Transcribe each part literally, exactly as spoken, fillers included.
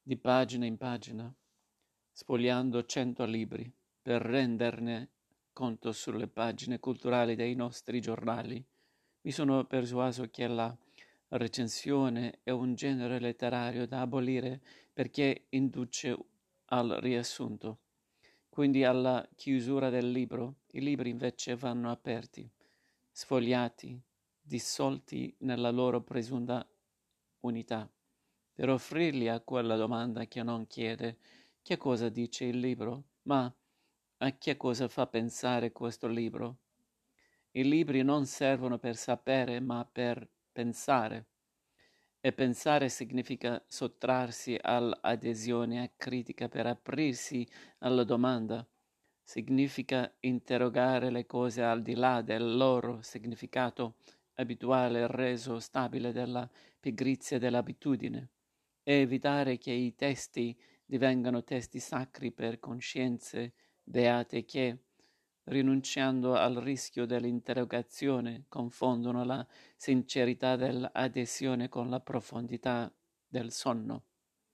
di pagina in pagina, sfogliando cento libri per renderne conto sulle pagine culturali dei nostri giornali. Mi sono persuaso che la recensione è un genere letterario da abolire perché induce al riassunto. Quindi alla chiusura del libro, i libri invece vanno aperti, sfogliati, dissolti nella loro presunta unità, per offrirli a quella domanda che non chiede che cosa dice il libro, ma a che cosa fa pensare questo libro. I libri non servono per sapere, ma per pensare. E pensare significa sottrarsi all'adesione critica per aprirsi alla domanda. Significa interrogare le cose al di là del loro significato abituale reso stabile dalla pigrizia dell'abitudine e evitare che i testi divengano testi sacri per coscienze beate che, rinunciando al rischio dell'interrogazione, confondono la sincerità dell'adesione con la profondità del sonno.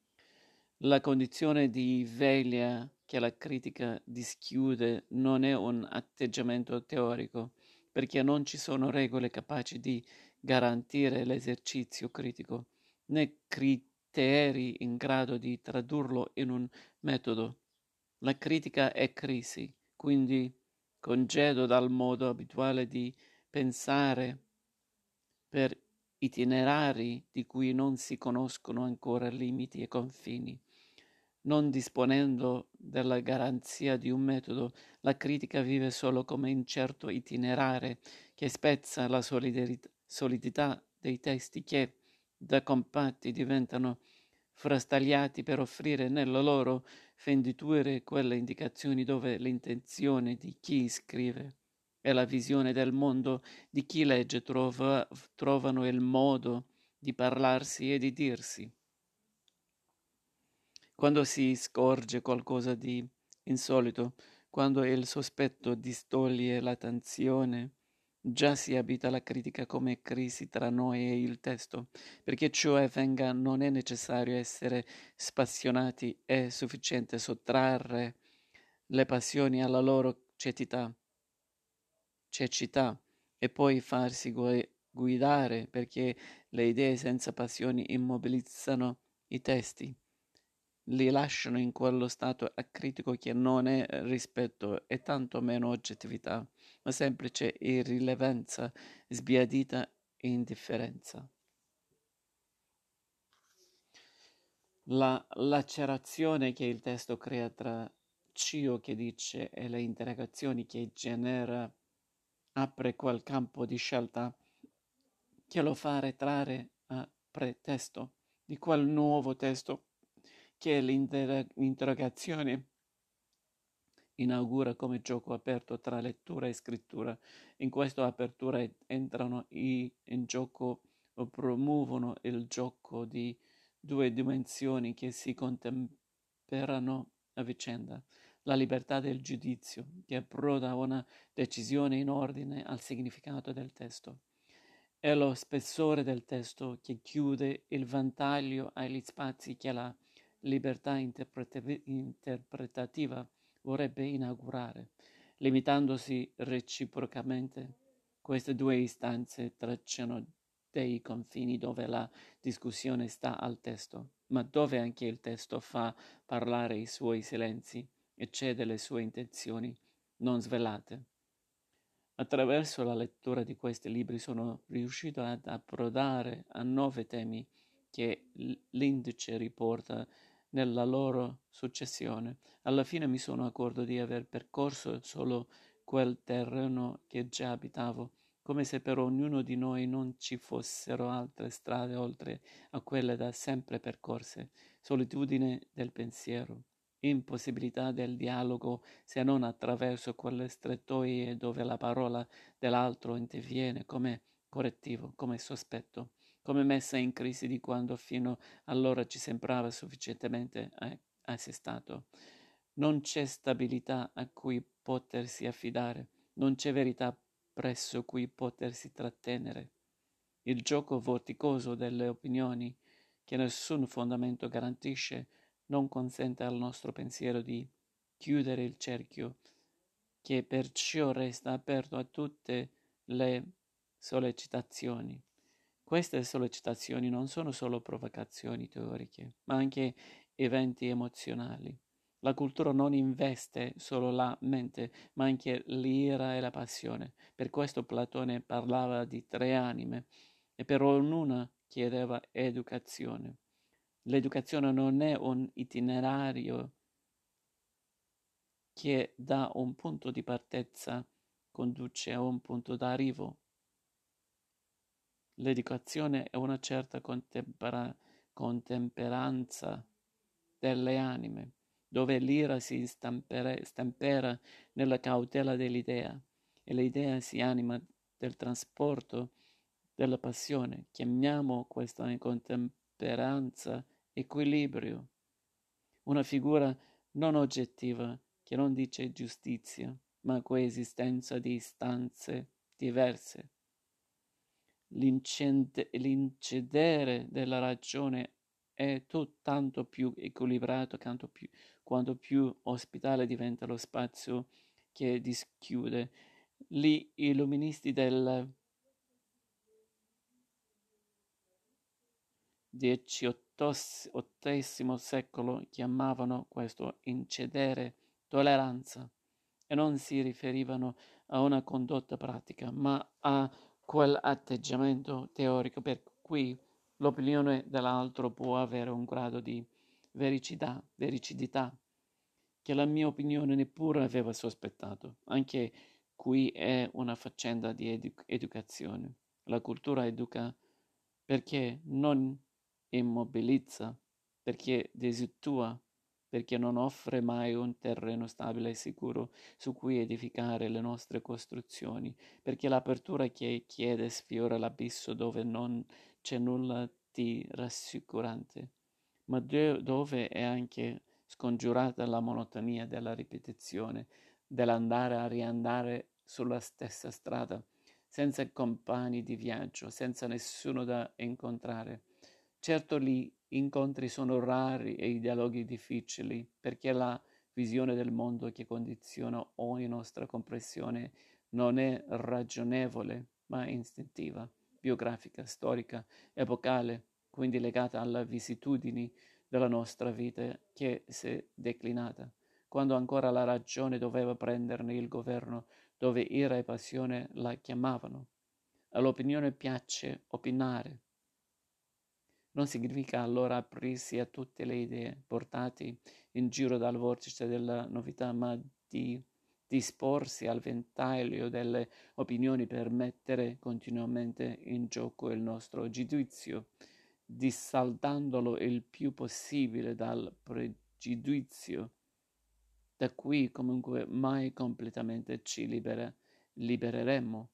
La condizione di veglia che la critica dischiude non è un atteggiamento teorico, perché non ci sono regole capaci di garantire l'esercizio critico, né criteri in grado di tradurlo in un metodo. La critica è crisi, quindi congedo dal modo abituale di pensare per itinerari di cui non si conoscono ancora limiti e confini. Non disponendo della garanzia di un metodo, la critica vive solo come incerto itinerare che spezza la solidità dei testi che, da compatti, diventano frastagliati per offrire nelle loro fenditure quelle indicazioni dove l'intenzione di chi scrive e la visione del mondo di chi legge trova, trovano il modo di parlarsi e di dirsi. Quando si scorge qualcosa di insolito, quando il sospetto distoglie l'attenzione, già si abita la critica come crisi tra noi e il testo, perché ciò avvenga non è necessario essere spassionati, è sufficiente sottrarre le passioni alla loro cecità, cecità e poi farsi guidare perché le idee senza passioni immobilizzano i testi, li lasciano in quello stato acritico che non è rispetto e tanto meno oggettività, ma semplice irrilevanza, sbiadita indifferenza. La lacerazione che il testo crea tra ciò che dice e le interrogazioni che genera apre quel campo di scelta che lo fa arretrare a pretesto di quel nuovo testo che l'interrogazione inaugura come gioco aperto tra lettura e scrittura. In questa apertura entrano in gioco o promuovono il gioco di due dimensioni che si contemperano a vicenda. La libertà del giudizio, che approda a una decisione in ordine al significato del testo. È lo spessore del testo che chiude il ventaglio agli spazi che la libertà interpretativa vorrebbe inaugurare. Limitandosi reciprocamente, queste due istanze tracciano dei confini dove la discussione sta al testo, ma dove anche il testo fa parlare i suoi silenzi e cede le sue intenzioni non svelate. Attraverso la lettura di questi libri sono riuscito ad approdare a nove temi che l'indice riporta nella loro successione. Alla fine mi sono accorto di aver percorso solo quel terreno che già abitavo, come se per ognuno di noi non ci fossero altre strade oltre a quelle da sempre percorse, solitudine del pensiero, impossibilità del dialogo se non attraverso quelle strettoie dove la parola dell'altro interviene come correttivo, come sospetto, come messa in crisi di quando fino allora ci sembrava sufficientemente assestato. Non c'è stabilità a cui potersi affidare, non c'è verità presso cui potersi trattenere. Il gioco vorticoso delle opinioni, che nessun fondamento garantisce, non consente al nostro pensiero di chiudere il cerchio, che perciò resta aperto a tutte le sollecitazioni. Queste sollecitazioni non sono solo provocazioni teoriche, ma anche eventi emozionali. La cultura non investe solo la mente, ma anche l'ira e la passione. Per questo Platone parlava di tre anime e per ognuna chiedeva educazione. L'educazione non è un itinerario che da un punto di partenza conduce a un punto d'arrivo. L'educazione è una certa contempera- contemperanza delle anime, dove l'ira si stampere- stampera nella cautela dell'idea e l'idea si anima del trasporto della passione. Chiamiamo questa contemperanza equilibrio, una figura non oggettiva che non dice giustizia, ma coesistenza di istanze diverse. L'incende- L'incedere della ragione è tanto più equilibrato quanto più, quanto più ospitale diventa lo spazio che dischiude. Gli illuministi del diciottesimo secolo chiamavano questo incedere tolleranza e non si riferivano a una condotta pratica, ma a quell'atteggiamento teorico per cui l'opinione dell'altro può avere un grado di vericità, vericidità che la mia opinione neppure aveva sospettato. Anche qui è una faccenda di edu- educazione. La cultura educa perché non immobilizza, perché disitua, perché non offre mai un terreno stabile e sicuro su cui edificare le nostre costruzioni, perché l'apertura che chiede sfiora l'abisso dove non c'è nulla di rassicurante, ma de- dove è anche scongiurata la monotonia della ripetizione, dell'andare a riandare sulla stessa strada, senza compagni di viaggio, senza nessuno da incontrare. Certo gli incontri sono rari e i dialoghi difficili, perché la visione del mondo che condiziona ogni nostra comprensione non è ragionevole, ma istintiva, biografica, storica, epocale, quindi legata alle vicissitudini della nostra vita che si è declinata, quando ancora la ragione doveva prenderne il governo, dove ira e passione la chiamavano. All'opinione piace opinare. Non significa allora aprirsi a tutte le idee portate in giro dal vortice della novità, ma di disporsi al ventaglio delle opinioni per mettere continuamente in gioco il nostro giudizio, dissaldandolo il più possibile dal pregiudizio, da cui comunque mai completamente ci libera- libereremo.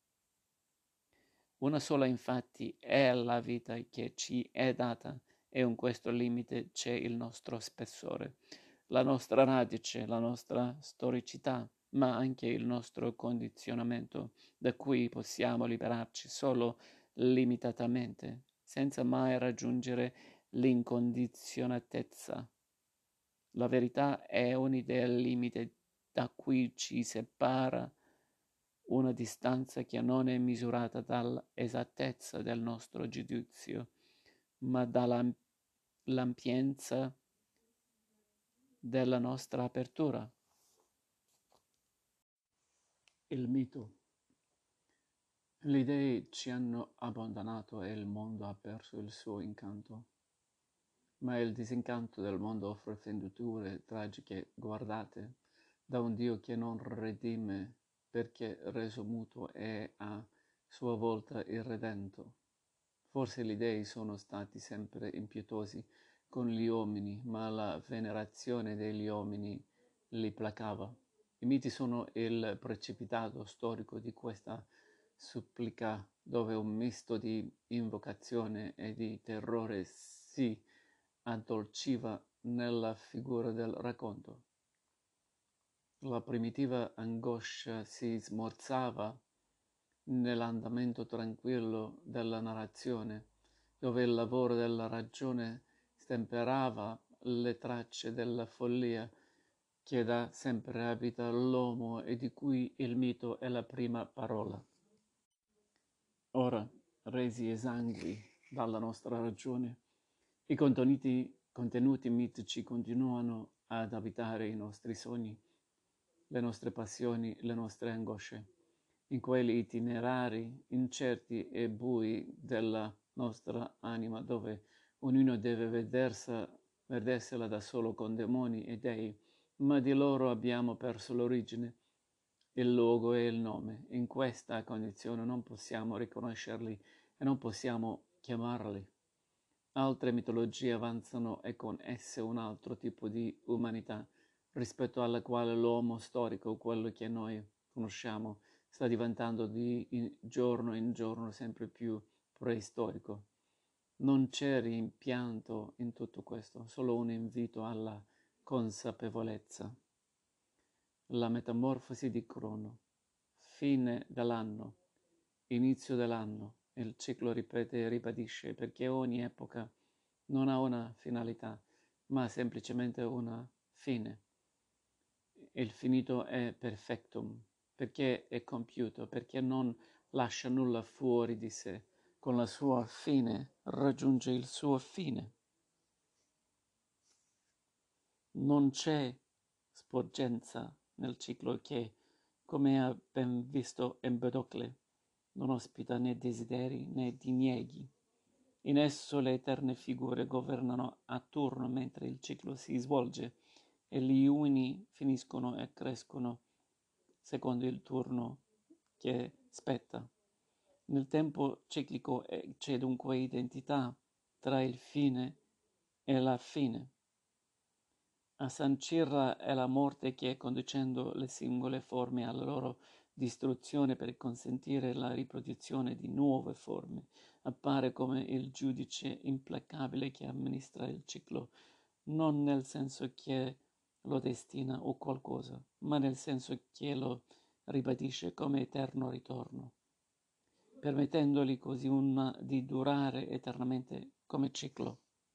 Una sola infatti è la vita che ci è data e in questo limite c'è il nostro spessore, la nostra radice, la nostra storicità, ma anche il nostro condizionamento, da cui possiamo liberarci solo limitatamente, senza mai raggiungere l'incondizionatezza. La verità è un'idea limite da cui ci separa una distanza che non è misurata dall'esattezza del nostro giudizio, ma dall'ampiezza della nostra apertura. Il mito. Le idee ci hanno abbandonato e il mondo ha perso il suo incanto. Ma il disincanto del mondo offre fenditure tragiche guardate da un Dio che non redime perché reso muto è a sua volta irredento. Forse gli dei sono stati sempre impietosi con gli uomini, ma la venerazione degli uomini li placava. I miti sono il precipitato storico di questa supplica, dove un misto di invocazione e di terrore si addolciva nella figura del racconto. La primitiva angoscia si smorzava nell'andamento tranquillo della narrazione, dove il lavoro della ragione stemperava le tracce della follia che da sempre abita l'uomo e di cui il mito è la prima parola. Ora, resi esangui dalla nostra ragione, i contenuti, contenuti mitici continuano ad abitare i nostri sogni, le nostre passioni, le nostre angosce, in quegli itinerari incerti e bui della nostra anima dove ognuno deve vedersa, vedersela da solo con demoni e dei, ma di loro abbiamo perso l'origine, il luogo e il nome. In questa condizione non possiamo riconoscerli e non possiamo chiamarli. Altre mitologie avanzano e con esse un altro tipo di umanità, rispetto alla quale l'uomo storico, quello che noi conosciamo, sta diventando di in giorno in giorno sempre più preistorico. Non c'è rimpianto in tutto questo, solo un invito alla consapevolezza. La metamorfosi di Crono, fine dell'anno, inizio dell'anno, il ciclo ripete e ribadisce perché ogni epoca non ha una finalità, ma semplicemente una fine. Il finito è perfectum, perché è compiuto, perché non lascia nulla fuori di sé. Con la sua fine raggiunge il suo fine. Non c'è sporgenza nel ciclo che, come ha ben visto Empedocle, non ospita né desideri né dinieghi. In esso le eterne figure governano a turno mentre il ciclo si svolge e gli uni finiscono e crescono secondo il turno che spetta. Nel tempo ciclico c'è dunque identità tra il fine e la fine. A sancirla è la morte che, conducendo le singole forme alla loro distruzione per consentire la riproduzione di nuove forme, appare come il giudice implacabile che amministra il ciclo, non nel senso che lo destina o qualcosa, ma nel senso che lo ribadisce come eterno ritorno, permettendogli così una di durare eternamente come ciclo.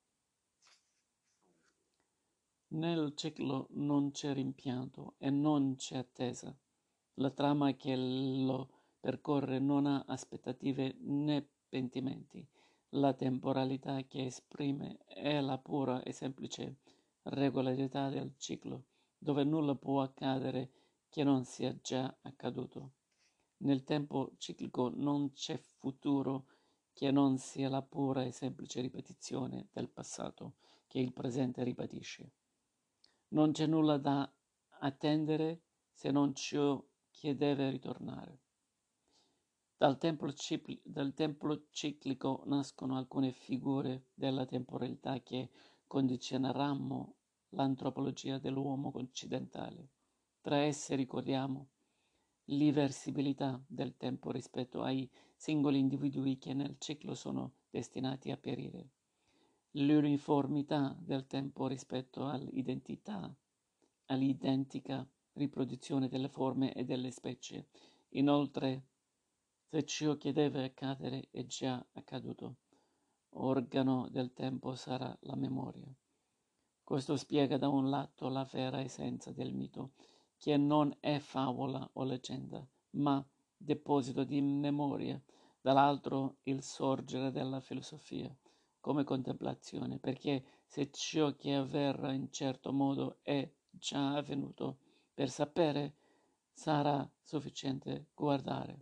Nel ciclo non c'è rimpianto e non c'è attesa. La trama che lo percorre non ha aspettative né pentimenti. La temporalità che esprime è la pura e semplice regolarità del ciclo, dove nulla può accadere che non sia già accaduto. Nel tempo ciclico non c'è futuro che non sia la pura e semplice ripetizione del passato che il presente ribadisce. Non c'è nulla da attendere se non ciò che deve ritornare. Dal templo, cicli- dal templo ciclico nascono alcune figure della temporalità che condizioneranno l'antropologia dell'uomo occidentale. Tra esse ricordiamo l'irreversibilità del tempo rispetto ai singoli individui che nel ciclo sono destinati a perire, l'uniformità del tempo rispetto all'identità, all'identica riproduzione delle forme e delle specie. Inoltre, se ciò che deve accadere è già accaduto, organo del tempo sarà la memoria. Questo spiega da un lato la vera essenza del mito, che non è favola o leggenda, ma deposito di memoria, dall'altro il sorgere della filosofia, come contemplazione, perché se ciò che avverrà in certo modo è già avvenuto, per sapere sarà sufficiente guardare.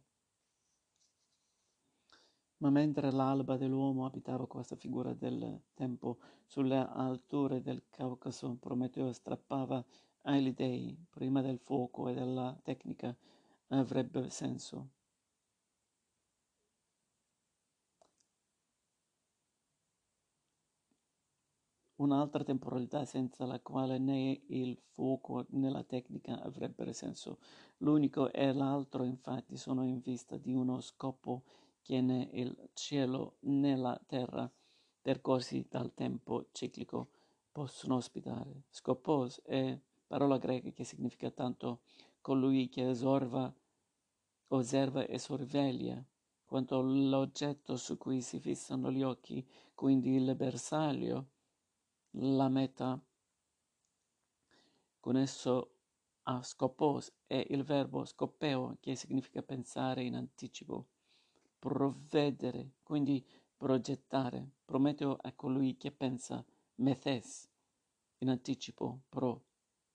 Ma mentre l'alba dell'uomo abitava questa figura del tempo sulle alture del Caucaso, Prometeo strappava agli dei, prima del fuoco e della tecnica, avrebbe senso. Un'altra temporalità senza la quale né il fuoco né la tecnica avrebbero senso. L'unico e l'altro, infatti, sono in vista di uno scopo che né il cielo né la terra, percorsi dal tempo ciclico, possono ospitare. Scopos è parola greca che significa tanto colui che osserva, osserva e sorveglia, quanto l'oggetto su cui si fissano gli occhi, quindi il bersaglio la meta. Con esso a scopos è il verbo scopeo, che significa pensare in anticipo, provvedere, quindi progettare. Prometeo a colui che pensa, methes, in anticipo, pro.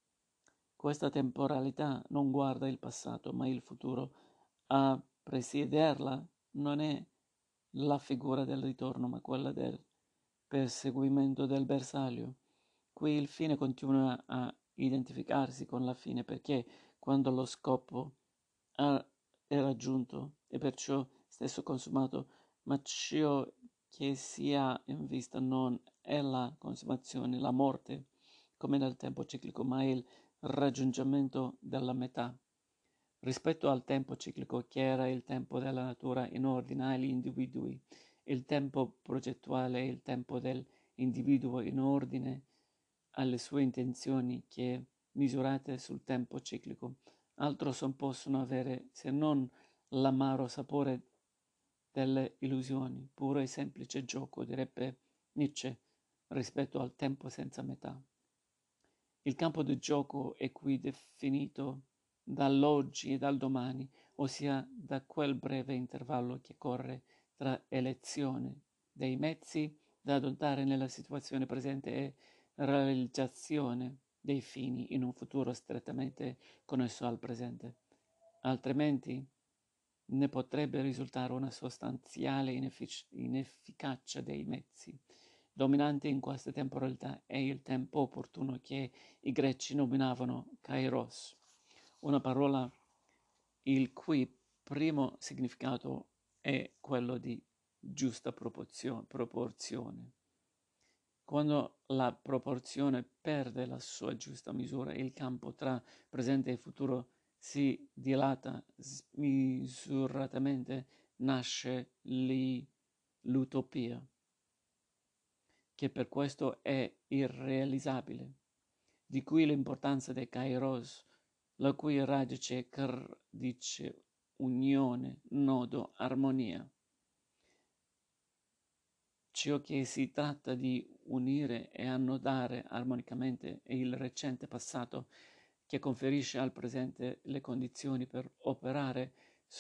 Questa temporalità non guarda il passato, ma il futuro. A presiederla non è la figura del ritorno, ma quella del perseguimento del bersaglio. Qui il fine continua a identificarsi con la fine, perché quando lo scopo è raggiunto e perciò stesso consumato, ma ciò che si ha in vista non è la consumazione, la morte, come nel tempo ciclico, ma il raggiungimento della metà. Rispetto al tempo ciclico, che era il tempo della natura in ordine agli individui, il tempo progettuale è il tempo dell'individuo in ordine alle sue intenzioni, che, misurate sul tempo ciclico, altro non possono avere se non l'amaro sapore delle illusioni, puro e semplice gioco, direbbe Nietzsche, rispetto al tempo senza metà. Il campo di gioco è qui definito dall'oggi e dal domani, ossia da quel breve intervallo che corre tra elezione dei mezzi da adottare nella situazione presente e realizzazione dei fini in un futuro strettamente connesso al presente. Altrimenti ne potrebbe risultare una sostanziale ineffic- inefficacia dei mezzi. Dominante in questa temporalità è il tempo opportuno, che i greci nominavano kairos, una parola il cui primo significato è quello di giusta proporzio- proporzione. Quando la proporzione perde la sua giusta misura, il campo tra presente e futuro si dilata smisuratamente, nasce lì l'utopia, che per questo è irrealizzabile. Di qui l'importanza dei kairos, la cui radice è kr, dice unione, nodo, armonia. Ciò che si tratta di unire e annodare armonicamente è il recente passato, che conferisce al presente le condizioni per operare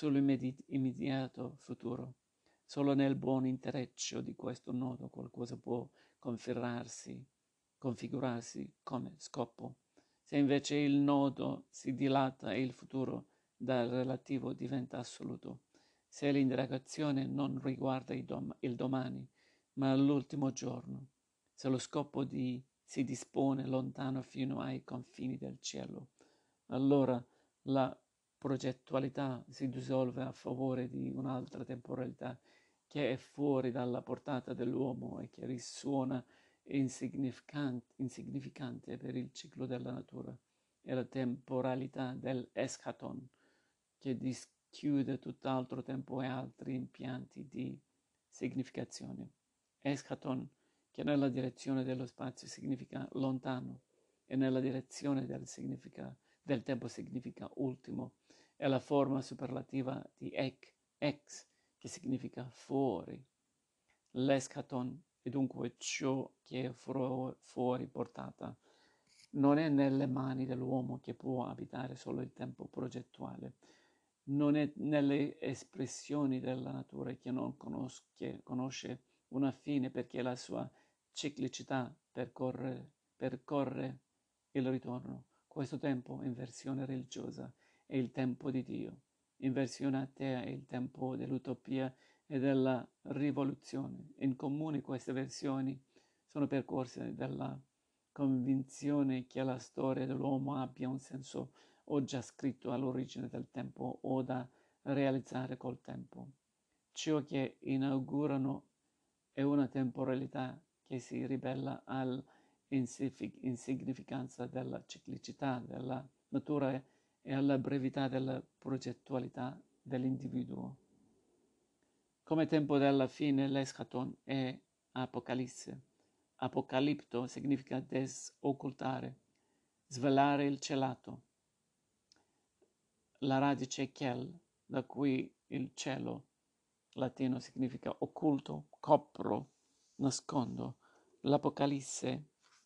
sull'immediato futuro. Solo nel buon intreccio di questo nodo qualcosa può configurarsi, configurarsi come scopo. Se invece il nodo si dilata e il futuro dal relativo diventa assoluto, se l'indagazione non riguarda il, dom- il domani, ma l'ultimo giorno, se lo scopo di si dispone lontano fino ai confini del cielo, allora la progettualità si dissolve a favore di un'altra temporalità che è fuori dalla portata dell'uomo e che risuona insignificante, insignificante per il ciclo della natura. È la temporalità dell'eschaton, che dischiude tutt'altro tempo e altri impianti di significazione. Eschaton, che nella direzione dello spazio significa lontano e nella direzione del, significa, del tempo significa ultimo, è la forma superlativa di ek, ex, che significa fuori. L'eschaton è dunque ciò che è fuori portata. Non è nelle mani dell'uomo, che può abitare solo il tempo progettuale. Non è nelle espressioni della natura, che non conos- che conosce una fine, perché la sua ciclicità percorre, percorre il ritorno. Questo tempo, in versione religiosa, è il tempo di Dio. In versione atea è il tempo dell'utopia e della rivoluzione. In comune queste versioni sono percorse dalla convinzione che la storia dell'uomo abbia un senso o già scritto all'origine del tempo o da realizzare col tempo. Ciò che inaugurano è una temporalità che si ribella all'insignificanza della ciclicità della natura e alla brevità della progettualità dell'individuo. Come tempo della fine, l'eschaton è Apocalisse. Apocalipto significa desoccultare, svelare il celato. La radice chel, da cui il cielo latino significa occulto, copro, nascondo. L'Apocalisse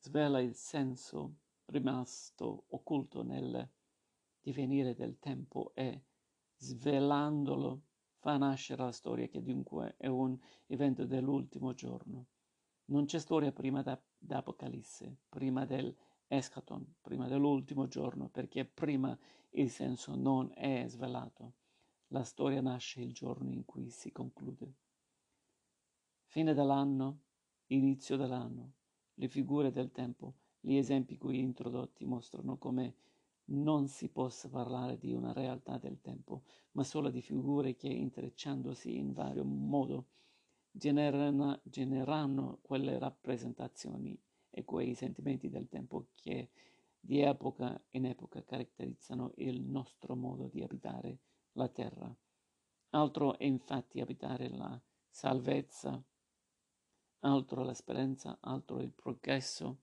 svela il senso rimasto occulto nel divenire del tempo e, svelandolo, fa nascere la storia che dunque è un evento dell'ultimo giorno. Non c'è storia prima da, d'Apocalisse, prima dell'Eschaton, prima dell'ultimo giorno, perché prima il senso non è svelato. La storia nasce il giorno in cui si conclude. Fine dell'anno, inizio dell'anno, le figure del tempo, gli esempi qui introdotti mostrano come non si possa parlare di una realtà del tempo, ma solo di figure che, intrecciandosi in vario modo, generano, generano quelle rappresentazioni e quei sentimenti del tempo che di epoca in epoca caratterizzano il nostro modo di abitare la terra. Altro è infatti abitare la salvezza, altro la speranza, altro il progresso,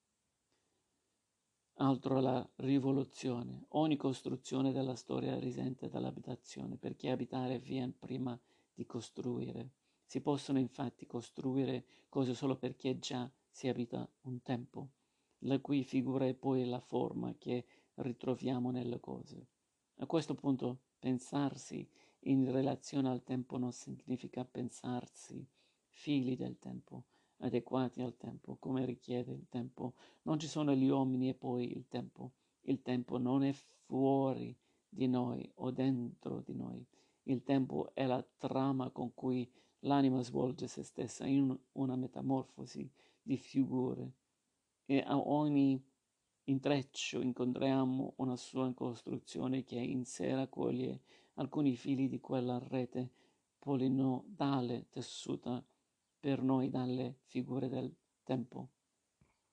altro la rivoluzione. Ogni costruzione della storia risente dall'abitazione, perché abitare viene prima di costruire. Si possono infatti costruire cose solo perché già si abita un tempo, la cui figura è poi la forma che ritroviamo nelle cose. A questo punto pensarsi in relazione al tempo non significa pensarsi figli del tempo, adeguati al tempo, come richiede il tempo. Non ci sono gli uomini e poi il tempo. Il tempo non è fuori di noi o dentro di noi. Il tempo è la trama con cui l'anima svolge se stessa in una metamorfosi di figure e a ogni intreccio incontriamo una sua costruzione che in sé raccoglie alcuni fili di quella rete polinodale tessuta per noi dalle figure del tempo.